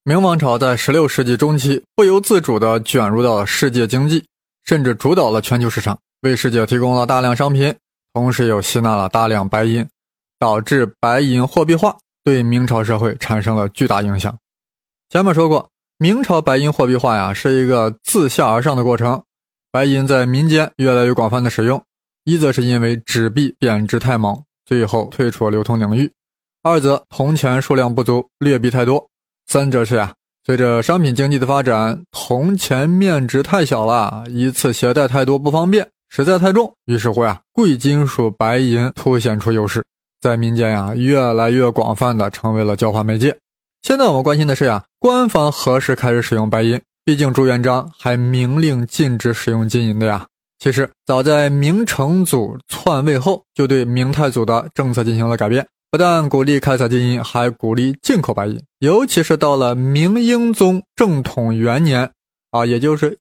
明王朝在16世纪中期不由自主地卷入到了世界经济，甚至主导了全球市场，为世界提供了大量商品，同时又吸纳了大量白银，导致白银货币化，对明朝社会产生了巨大影响。前面说过，明朝白银货币化是一个自下而上的过程，白银在民间越来越广泛的使用，一则是因为纸币贬值太猛，最后退出流通领域；二则铜钱数量不足，劣币太多；三则是随着商品经济的发展，铜钱面值太小了，一次携带太多不方便，实在太重，于是乎贵金属白银凸显出优势，在民间越来越广泛的成为了交换媒介。现在我们关心的是官方何时开始使用白银，毕竟朱元璋还明令禁止使用金银的呀。其实早在明成祖篡位后，就对明太祖的政策进行了改变，不但鼓励开采金银，还鼓励进口白银。尤其是到了明英宗正统元年也就是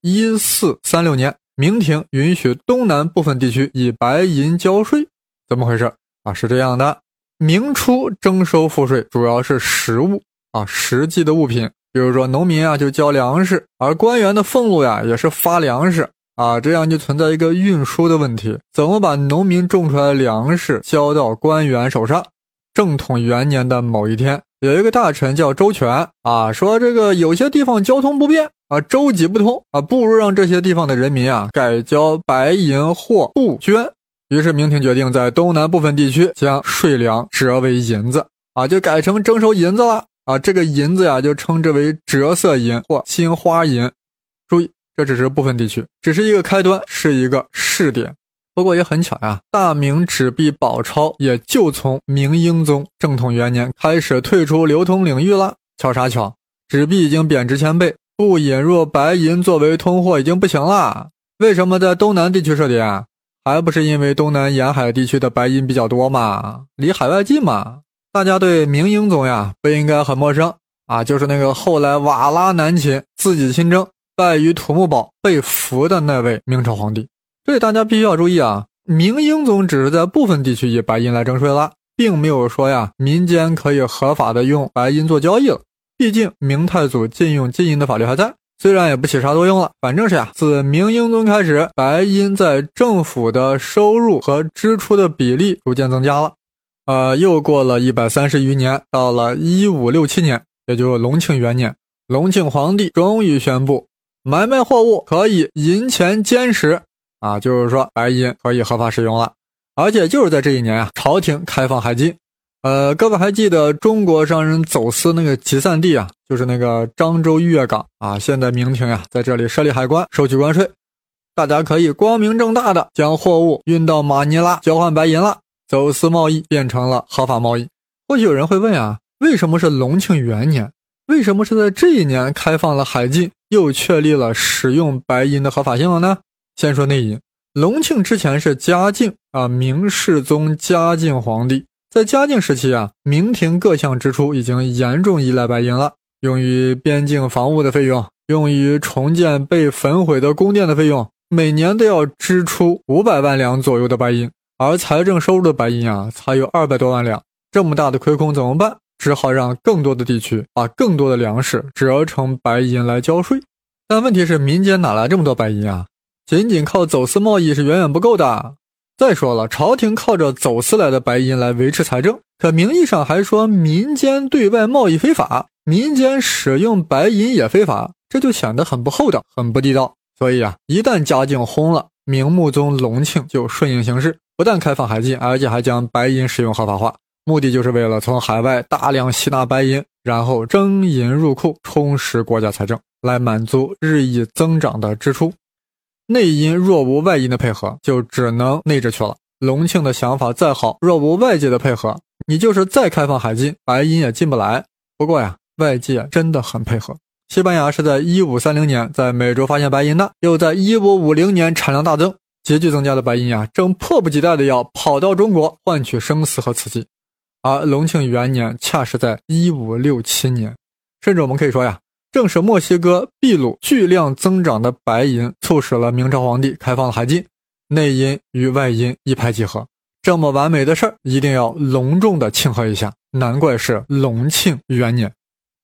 1436年，明廷允许东南部分地区以白银交税。怎么回事是这样的，明初征收赋税主要是实物实际的物品，比如说农民就交粮食，而官员的俸禄也是发粮食这样就存在一个运输的问题，怎么把农民种出来的粮食交到官员手上。正统元年的某一天，有一个大臣叫周全说这个有些地方交通不便州际不通不如让这些地方的人民改交白银或布绢。于是明廷决定在东南部分地区将税粮折为银子就改成征收银子了这个银子就称之为折色银或新花银。注意，这只是部分地区，只是一个开端，是一个试点。不过也很巧大明纸币宝钞也就从明英宗正统元年开始退出流通领域了。巧啥巧，纸币已经贬值1000倍，不引入白银作为通货已经不行了。为什么在东南地区设点还不是因为东南沿海地区的白银比较多嘛，离海外近嘛。大家对明英宗不应该很陌生就是那个后来瓦剌南侵，自己亲征，败于土木堡被俘的那位明朝皇帝。这里大家必须要注意明英宗只是在部分地区以白银来征税了，并没有说民间可以合法的用白银做交易了。毕竟明太祖禁用金银的法律还在，虽然也不起啥作用了，反正是自明英宗开始，白银在政府的收入和支出的比例逐渐增加了。又过了130余年，到了1567年，也就是隆庆元年，隆庆皇帝终于宣布买卖货物可以银钱兼使就是说白银可以合法使用了。而且就是在这一年朝廷开放海禁。各位还记得中国商人走私那个集散地就是那个漳州渔业港现在明廷在这里设立海关，收取关税，大家可以光明正大的将货物运到马尼拉交换白银了，走私贸易变成了合法贸易。或许有人会问为什么是隆庆元年？为什么是在这一年开放了海禁，又确立了使用白银的合法性了呢？先说内因，隆庆之前是嘉靖明世宗嘉靖皇帝。在嘉靖时期明廷各项支出已经严重依赖白银了，用于边境防务的费用，用于重建被焚毁的宫殿的费用，每年都要支出500万两左右的白银，而财政收入的白银才有200多万两。这么大的亏空怎么办？只好让更多的地区把更多的粮食折成白银来交税。但问题是民间哪来这么多白银仅仅靠走私贸易是远远不够的。再说了，朝廷靠着走私来的白银来维持财政，可名义上还说民间对外贸易非法，民间使用白银也非法，这就显得很不厚道，很不地道。所以一旦嘉靖轰了，明穆宗隆庆就顺应形势，不但开放海禁，而且还将白银使用合法化，目的就是为了从海外大量吸纳白银，然后征银入库，充实国家财政，来满足日益增长的支出。内因若无外因的配合，就只能内置去了。隆庆的想法再好，若无外界的配合，你就是再开放海禁，白银也进不来。不过外界真的很配合。西班牙是在1530年在美洲发现白银的，又在1550年产量大增，急剧增加的白银正迫不及待的要跑到中国换取生丝和瓷器。而隆庆元年恰是在1567年，甚至我们可以说正是墨西哥、秘鲁巨量增长的白银促使了明朝皇帝开放了海禁，内因与外因一拍即合。这么完美的事儿，一定要隆重的庆贺一下，难怪是隆庆元年。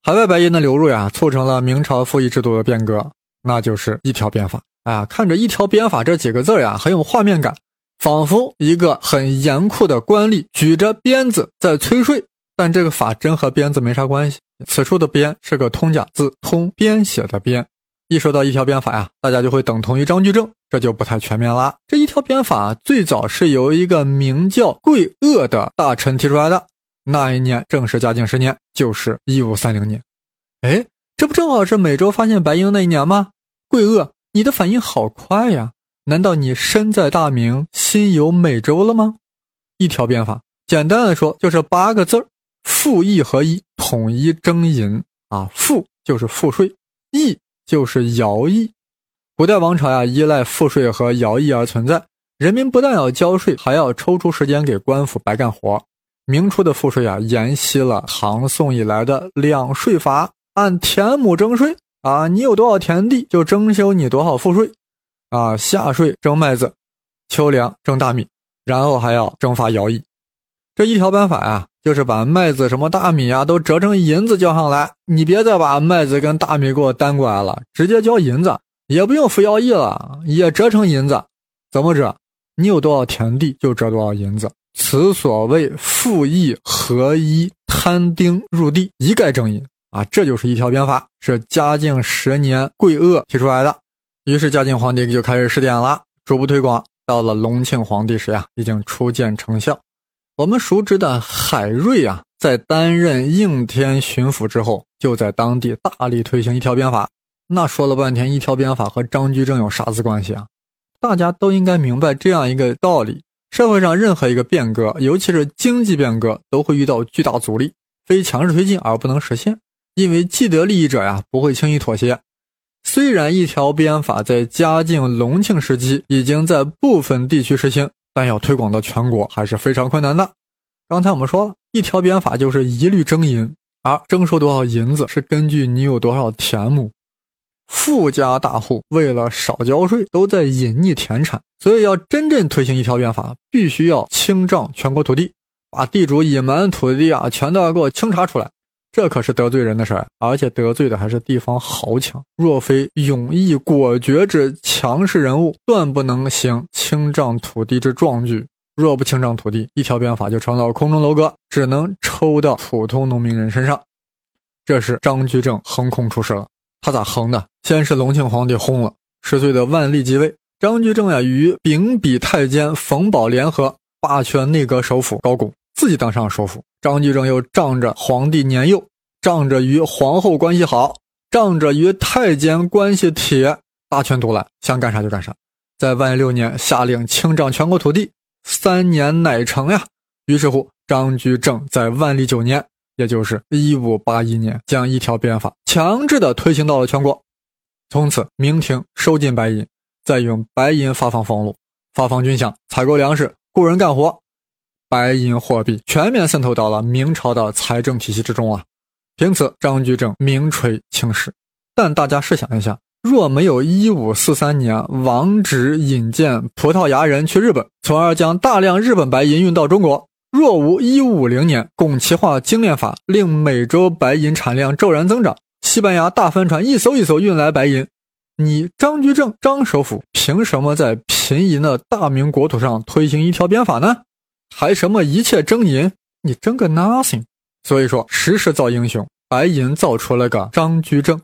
海外白银的流入呀，促成了明朝赋役制度的变革，那就是一条鞭法。看着一条鞭法这几个字呀，很有画面感，仿佛一个很严酷的官吏举着鞭子在催税，但这个法真和鞭子没啥关系。此处的鞭是个通假字，通编写的编。一说到一条鞭法呀，大家就会等同于张居正，这就不太全面啦。这一条鞭法最早是由一个名叫桂萼的大臣提出来的，那一年正是嘉靖10年，就是1530年。这不正好是美洲发现白银那一年吗？桂萼，你的反应好快呀，难道你身在大明，心游美洲了吗？一条鞭法简单的说就是8个字，赋役合一，统一征银赋就是赋税，役就是徭役。古代王朝呀，依赖赋税和徭役而存在，人民不但要交税，还要抽出时间给官府白干活。明初的赋税沿袭了唐宋以来的两税法，按田亩征税你有多少田地就征收你多少赋税夏税征麦子，秋粮征大米，然后还要征发徭役。这一条办法就是把麦子什么大米都折成银子交上来，你别再把麦子跟大米给我单过来了，直接交银子，也不用服徭役了，也折成银子。怎么折？你有多少田地就折多少银子。此所谓赋役合一，摊丁入地，一概征银这就是一条鞭法，是嘉靖10年桂萼提出来的。于是嘉靖皇帝就开始试点了，逐步推广。到了隆庆皇帝时已经初见成效。我们熟知的海瑞在担任应天巡抚之后，就在当地大力推行一条鞭法。那说了半天，一条鞭法和张居正有啥子关系大家都应该明白这样一个道理，社会上任何一个变革，尤其是经济变革，都会遇到巨大阻力，非强制推进而不能实现，因为既得利益者不会轻易妥协。虽然一条鞭法在嘉靖、隆庆时期已经在部分地区实行，但要推广到全国还是非常困难的。刚才我们说了，一条鞭法就是一律征银，而征收多少银子是根据你有多少田亩。富家大户为了少交税，都在隐匿田产，所以要真正推行一条鞭法，必须要清账全国土地，把地主隐瞒土地全都要给我清查出来。这可是得罪人的事而且得罪的还是地方豪强。若非勇毅果决之强势人物，断不能行清账土地之壮举。若不清账土地，一条鞭法就成了空中楼阁，只能抽到普通农民人身上。这是张居正横空出世了。他咋横的？先是隆庆皇帝轰了，10岁的万历即位，张居正与秉笔太监冯保联合，罢黜内阁首辅高拱，自己当上首辅。张居正又仗着皇帝年幼，仗着与皇后关系好，仗着与太监关系铁，大权独揽，想干啥就干啥。在万历6年下令清账全国土地，3年乃成呀。于是乎，张居正在万历9年，也就是1581年，将一条鞭法强制的推行到了全国。从此，明廷收进白银，再用白银发放俸禄，发放军饷，采购粮食，雇人干活。白银货币全面渗透到了明朝的财政体系之中凭此张居正名垂青史。但大家试想一下，若没有1543年王直引荐葡萄牙人去日本，从而将大量日本白银运到中国，若无1550年拱旗化精炼法，令美洲白银产量骤然增长，西班牙大帆船一艘一艘运来白银，你张居正张首辅凭什么在贫银的大明国土上推行一条鞭法呢？还什么一切征银？你征个 nothing。 所以说时势造英雄，白银造出了个张居正。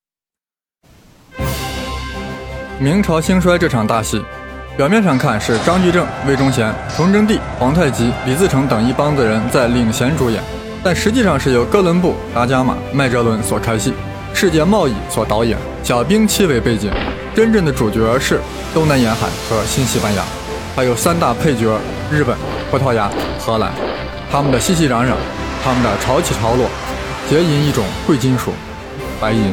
明朝兴衰这场大戏，表面上看是张居正、魏忠贤、崇祯帝、皇太极、李自成等一帮子人在领衔主演，但实际上是由哥伦布、达伽马、麦哲伦所开戏，世界贸易所导演，小兵期为背景，真正的主角是东南沿海和新西班牙，还有3大配角日本、葡萄牙、荷兰，他们的熙熙攘攘，他们的潮起潮落，结银一种贵金属白银。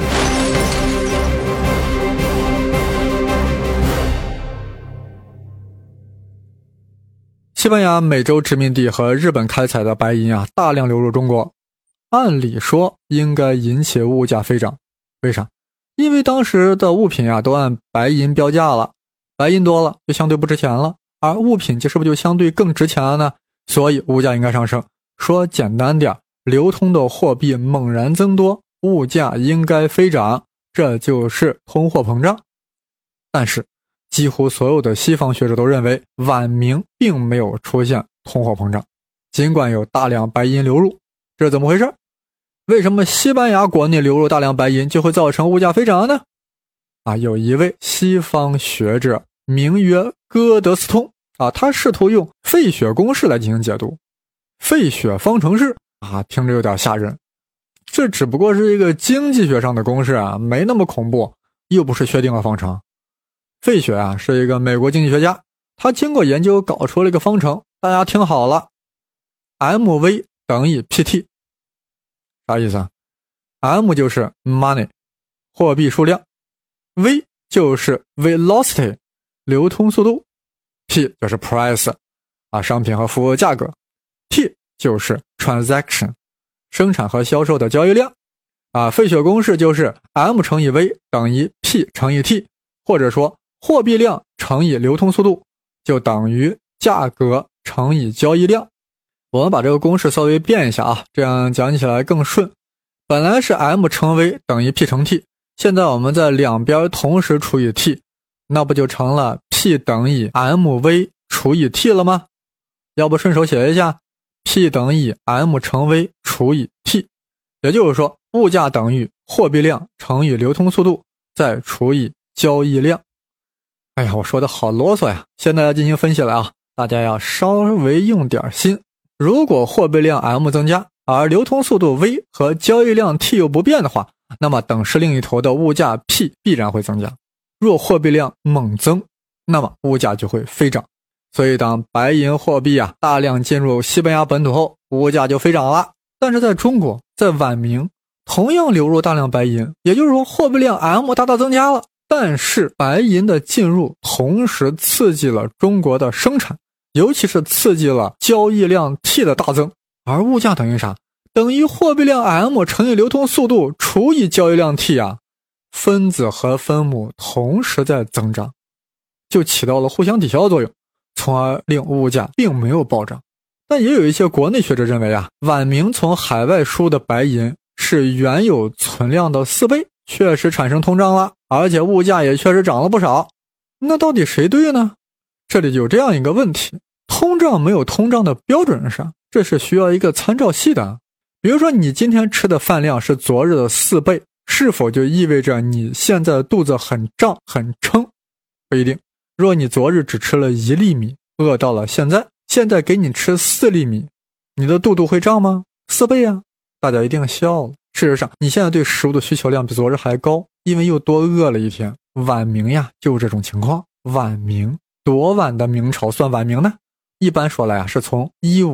西班牙、美洲殖民地和日本开采的白银大量流入中国，按理说应该引起物价飞涨。为啥？因为当时的物品都按白银标价了，白银多了就相对不值钱了，而物品是不是就相对更值钱了呢？所以物价应该上升。说简单点，流通的货币猛然增多， 物价应该飞涨，这就是通货膨胀。但是几乎所有的西方学者都认为晚明并没有出现通货膨胀，尽管有大量白银流入。这是怎么回事？为什么西班牙国内流入大量白银就会造成物价飞涨呢？有一位西方学者名曰戈德斯通他试图用费雪公式来进行解读。费雪方程式听着有点吓人，这只不过是一个经济学上的公式没那么恐怖，又不是确定的方程。费雪是一个美国经济学家，他经过研究搞出了一个方程，大家听好了 ，MV 等于 PT。啥意思？M 就是 money 货币数量， V 就是 velocity 流通速度， P 就是 price 商品和服务价格， T 就是 transaction 生产和销售的交易量。费雪公式就是 M 乘以 V 等于 P 乘以 T， 或者说货币量乘以流通速度就等于价格乘以交易量。我们把这个公式稍微变一下这样讲起来更顺。本来是 M 乘 V 等于 P 乘 T， 现在我们在两边同时除以 T， 那不就成了 P 等于 MV 除以 T 了吗？要不顺手写一下 P 等于 M 乘 V 除以 T， 也就是说物价等于货币量乘以流通速度再除以交易量。我说的好啰嗦呀，现在要进行分析了大家要稍微用点心。如果货币量 M 增加，而流通速度 V 和交易量 T 又不变的话，那么等式另一头的物价 P 必然会增加。若货币量猛增，那么物价就会飞涨。所以当白银货币大量进入西班牙本土后，物价就飞涨了。但是在中国，在晚明同样流入大量白银，也就是说货币量 M 大大增加了，但是白银的进入同时刺激了中国的生产，尤其是刺激了交易量 T 的大增。而物价等于啥？等于货币量 M 乘以流通速度除以交易量 T 分子和分母同时在增长，就起到了互相抵消的作用，从而令物价并没有暴涨。但也有一些国内学者认为晚明从海外输的白银是原有存量的4倍，确实产生通胀了，而且物价也确实涨了不少。那到底谁对呢？这里有这样一个问题，通胀没有通胀的标准是啥？这是需要一个参照系的。比如说你今天吃的饭量是昨日的4倍，是否就意味着你现在肚子很胀很撑？不一定。若你昨日只吃了1粒米，饿到了现在给你吃4粒米，你的肚会胀吗？4倍大家一定笑了。事实上你现在对食物的需求量比昨日还高，因为又多饿了一天。晚明就是这种情况。晚明多晚的明朝算晚明呢？一般说来是从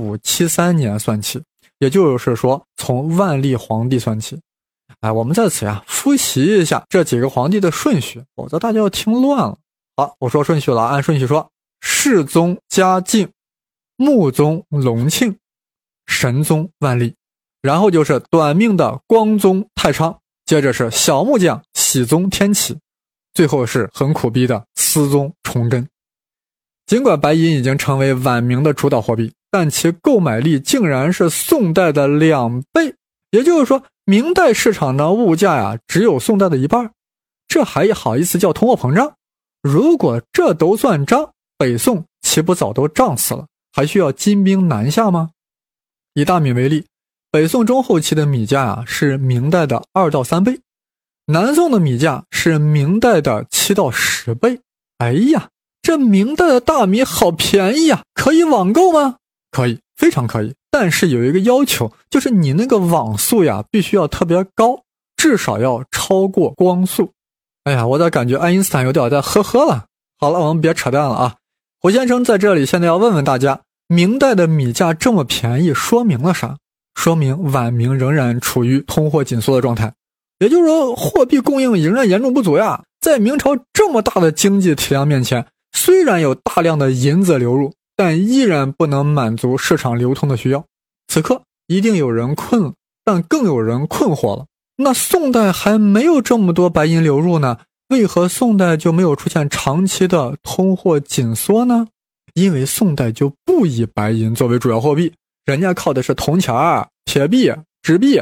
1573年算起，也就是说从万历皇帝算起。我们在此复习一下这几个皇帝的顺序，否则大家要听乱了。好，我说顺序了，按顺序说：世宗嘉靖，穆宗隆庆，神宗万历，然后就是短命的光宗太昌，接着是小木匠熹宗天启，最后是很苦逼的思宗崇祯。尽管白银已经成为晚明的主导货币，但其购买力竟然是宋代的2倍，也就是说明代市场的物价只有宋代的1半，这还好意思叫通货膨胀？如果这都算账，北宋岂不早都胀死了，还需要金兵南下吗？以大米为例，北宋中后期的米价是明代的2到3倍，南宋的米价是明代的7到10倍。这明代的大米好便宜可以网购吗？可以，非常可以，但是有一个要求，就是你那个网速必须要特别高，至少要超过光速。我咋感觉爱因斯坦有点在呵呵了。好了，我们别扯淡了胡先生在这里现在要问问大家，明代的米价这么便宜说明了啥？说明晚明仍然处于通货紧缩的状态，也就是说货币供应仍然严重不足在明朝这么大的经济体量面前，虽然有大量的银子流入，但依然不能满足市场流通的需要。此刻一定有人困了，但更有人困惑了。那宋代还没有这么多白银流入呢，为何宋代就没有出现长期的通货紧缩呢？因为宋代就不以白银作为主要货币，人家靠的是铜钱、铁币、纸币，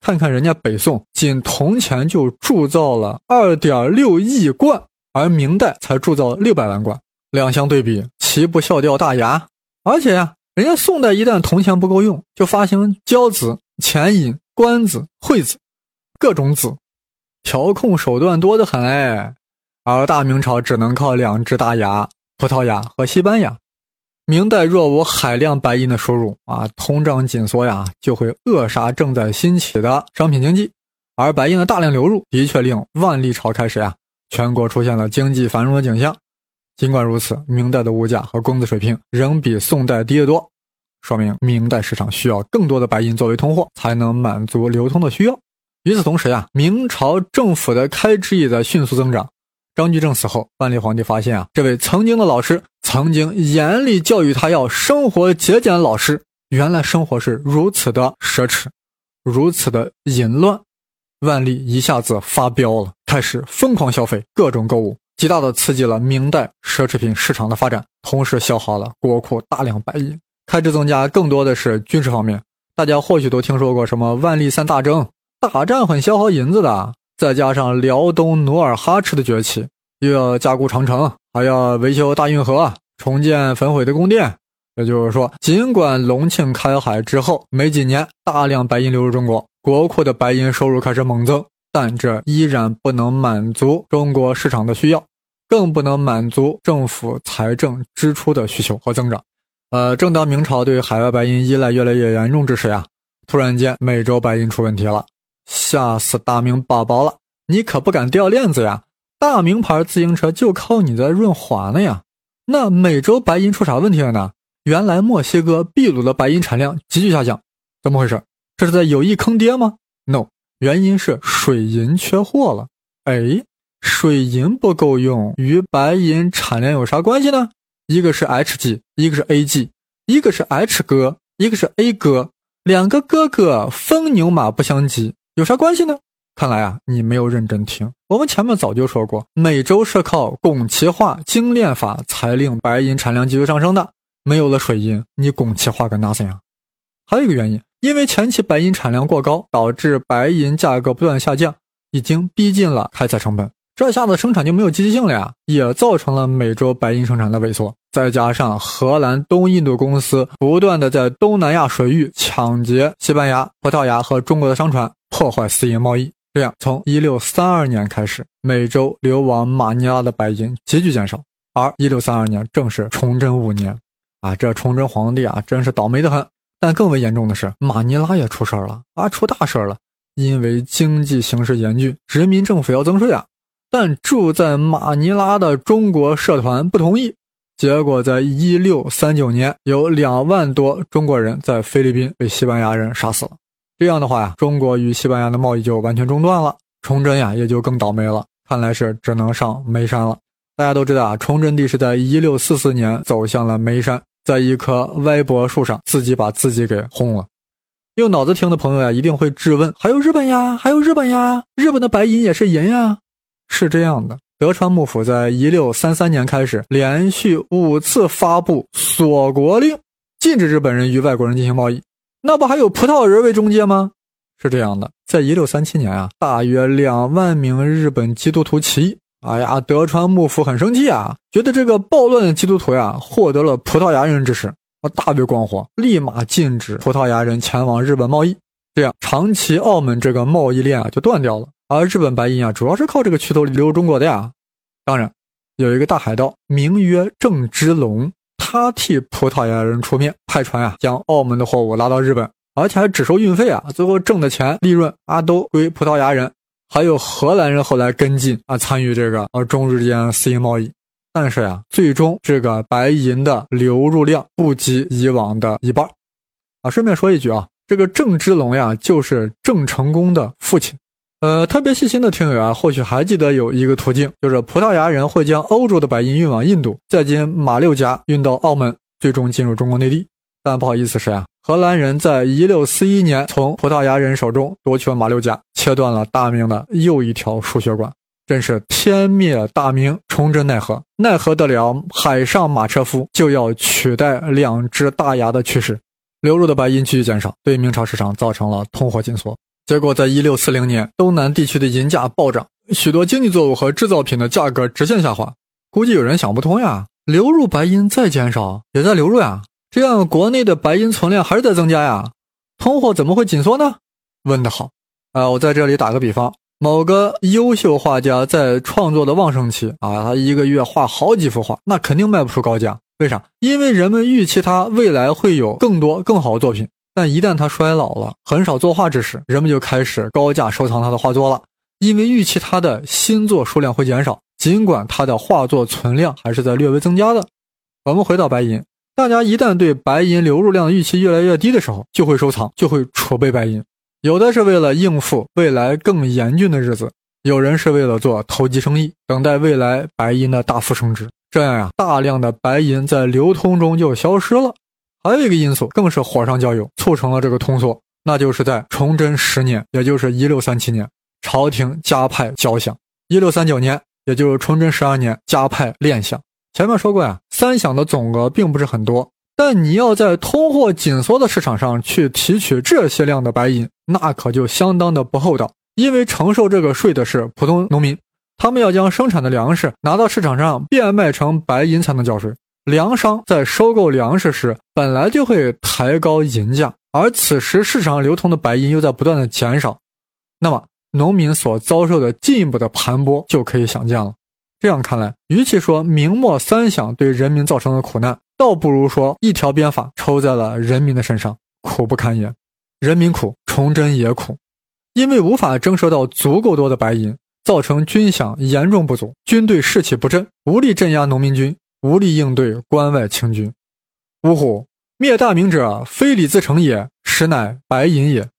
看看人家北宋仅铜钱就铸造了 2.6 亿贯，而明代才铸造600万贯，两相对比，岂不笑掉大牙？而且呀，人家宋代一旦铜钱不够用，就发行交子、钱银、官子、会子，各种子，调控手段多得很哎。而大明朝只能靠2只大牙，葡萄牙和西班牙。明代若无海量白银的输入通胀紧缩呀，就会扼杀正在兴起的商品经济。而白银的大量流入，的确令万历朝开始全国出现了经济繁荣的景象。尽管如此，明代的物价和工资水平仍比宋代低得多，说明明代市场需要更多的白银作为通货，才能满足流通的需要。与此同时明朝政府的开支也在迅速增长。张居正死后，万历皇帝发现这位曾经的老师，曾经严厉教育他要生活节俭的老师，原来生活是如此的奢侈，如此的淫乱。万历一下子发飙了，开始疯狂消费，各种购物，极大的刺激了明代奢侈品市场的发展，同时消耗了国库大量白银。开支增加更多的是军事方面，大家或许都听说过什么万历3大征，打仗很消耗银子的，再加上辽东努尔哈赤的崛起，又要加固长城，还要维修大运河，重建焚毁的宫殿。也就是说，尽管隆庆开海之后没几年，大量白银流入中国，国库的白银收入开始猛增，但这依然不能满足中国市场的需要，更不能满足政府财政支出的需求和增长。正当明朝对海外白银依赖越来越严重之时突然间美洲白银出问题了，吓死大明宝宝了！你可不敢掉链子呀！大名牌自行车就靠你在润滑呢呀！那美洲白银出啥问题了呢？原来墨西哥、秘鲁的白银产量急剧下降，怎么回事？这是在有意坑爹吗？ No， 原因是水银缺货了。水银不够用，与白银产量有啥关系呢？一个是 HG， 一个是 AG， 一个是 H 哥，一个是 A 哥，两个哥哥风牛马不相及，有啥关系呢？看来你没有认真听。我们前面早就说过，美洲是靠汞齐化精炼法才令白银产量急剧上升的，没有了水银，你汞齐化个 nothing 还有一个原因，因为前期白银产量过高，导致白银价格不断下降，已经逼近了开采成本，这下子生产就没有积极性了也造成了美洲白银生产的萎缩。再加上荷兰东印度公司不断的在东南亚水域抢劫西班牙、葡萄牙和中国的商船，破坏私银贸易，这样从1632年开始，美洲流往马尼拉的白银急剧减少。而1632年正是崇祯5年这崇祯皇帝真是倒霉得很。但更为严重的是，马尼拉也出事了出大事了。因为经济形势严峻，殖民政府要增税但住在马尼拉的中国社团不同意，结果在1639年有2万多中国人在菲律宾被西班牙人杀死了。这样的话中国与西班牙的贸易就完全中断了，崇祯也就更倒霉了，看来是只能上煤山了。大家都知道崇祯帝是在1644年走向了煤山，在一棵歪脖树上自己把自己给轰了。用脑子听的朋友一定会质问，还有日本还有日本日本的白银也是银是这样的，德川幕府在1633年开始连续5次发布锁国令，禁止日本人与外国人进行贸易。那不还有葡萄人为中介吗？是这样的，在1637年大约2万名日本基督徒起义。德川幕府很生气觉得这个暴乱的基督徒获得了葡萄牙人支持，大为光火，立马禁止葡萄牙人前往日本贸易，这样长崎、澳门这个贸易链就断掉了。而日本白银主要是靠这个渠头流入中国的当然，有一个大海盗名曰郑芝龙，他替葡萄牙人出面，派船将澳门的货物拉到日本，而且还只收运费最后挣的钱利润都归葡萄牙人。还有荷兰人后来跟进参与这个中日间私营贸易。但是最终这个白银的流入量不及以往的一半。顺便说一句这个郑芝龙就是郑成功的父亲。特别细心的听友或许还记得有一个途径，就是葡萄牙人会将欧洲的白银运往印度，再经马六甲运到澳门，最终进入中国内地。但不好意思是荷兰人在1641年从葡萄牙人手中夺取了马六甲，切断了大明的又一条输血管。真是天灭大明，崇祯奈何，奈何得了海上马车夫就要取代2只大牙的趋势。流入的白银继续减少，对明朝市场造成了通货紧缩。 结果在1640年，东南地区的银价暴涨，许多经济作物和制造品的价格直线下滑。估计有人想不通呀，流入白银再减少，也在流入呀，这样国内的白银存量还是在增加呀，通货怎么会紧缩呢？问得好。我在这里打个比方，某个优秀画家在创作的旺盛期他一个月画好几幅画，那肯定卖不出高价。为啥？因为人们预期他未来会有更多更好的作品，但一旦他衰老了，很少作画之时，人们就开始高价收藏他的画作了，因为预期他的新作数量会减少，尽管他的画作存量还是在略微增加的。我们回到白银，大家一旦对白银流入量的预期越来越低的时候，就会收藏，就会储备白银。有的是为了应付未来更严峻的日子，有人是为了做投机生意，等待未来白银的大幅升值。这样呀，大量的白银在流通中就消失了。还有一个因素更是火上浇油，促成了这个通缩，那就是在崇祯10年，也就是1637年，朝廷加派交饷；1639年，也就是崇祯12年，加派练饷。前面说过呀，三饷的总额并不是很多，但你要在通货紧缩的市场上去提取这些量的白银，那可就相当的不厚道，因为承受这个税的是普通农民，他们要将生产的粮食拿到市场上变卖成白银才能交税。粮商在收购粮食时本来就会抬高银价，而此时市场流通的白银又在不断的减少，那么农民所遭受的进一步的盘剥就可以想见了。这样看来，与其说明末三饷对人民造成的苦难，倒不如说一条鞭法抽在了人民的身上，苦不堪言。人民苦，崇祯也苦，因为无法征收到足够多的白银，造成军饷严重不足，军队士气不振，无力镇压农民军，无力应对关外清军。呜呼！灭大明者，非礼自成也，实乃白银也。